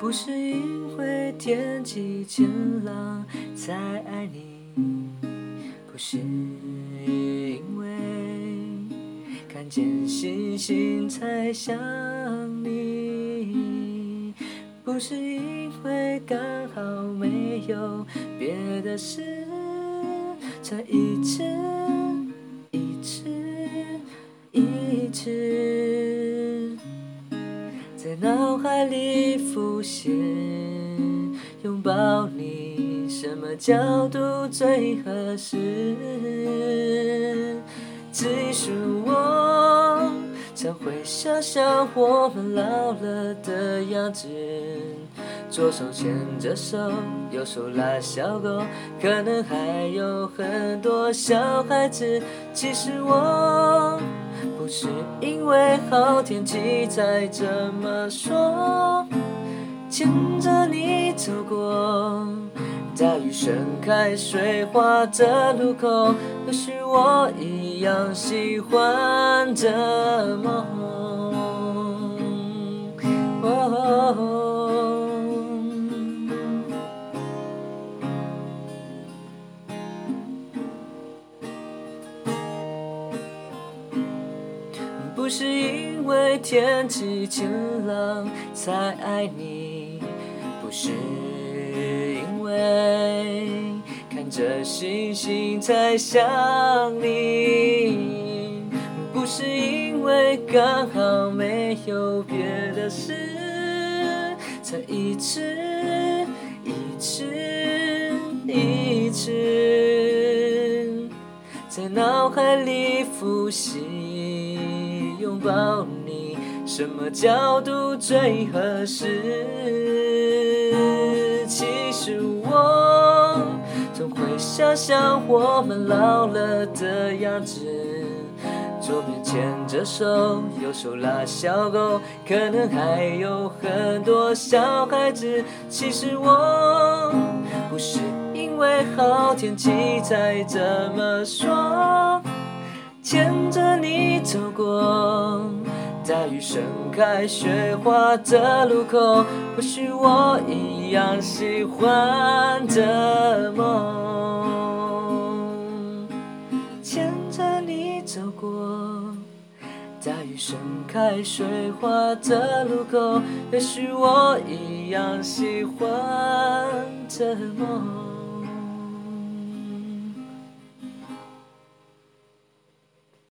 不是因为天气晴朗才爱你，不是因为看见星星才想你，不是因为刚好没有别的事，才一直在脑海里浮现，拥抱你什么角度最合适？只是我常会想想我们老了的样子，左手牵着手，右手拉小狗，可能还有很多小孩子。其实我不是因为好天气才这么说，牵着你走过大雨盛开水花的路口，或许我一样喜欢这梦。不是因为天气晴朗才爱你，不是因为看着星星才想你，不是因为刚好没有别的事，才一直在脑海里复习，拥抱你什么角度最合适？其实我总会想想我们老了的样子，左边牵着手，右手拉小狗，可能还有很多小孩子。其实我不是因为好天气才这么说，牵着你走过大雨盛开雪花的路口，或许我一样喜欢这梦。牵着你走过大雨盛开水花的路口，也许我一样喜欢这梦。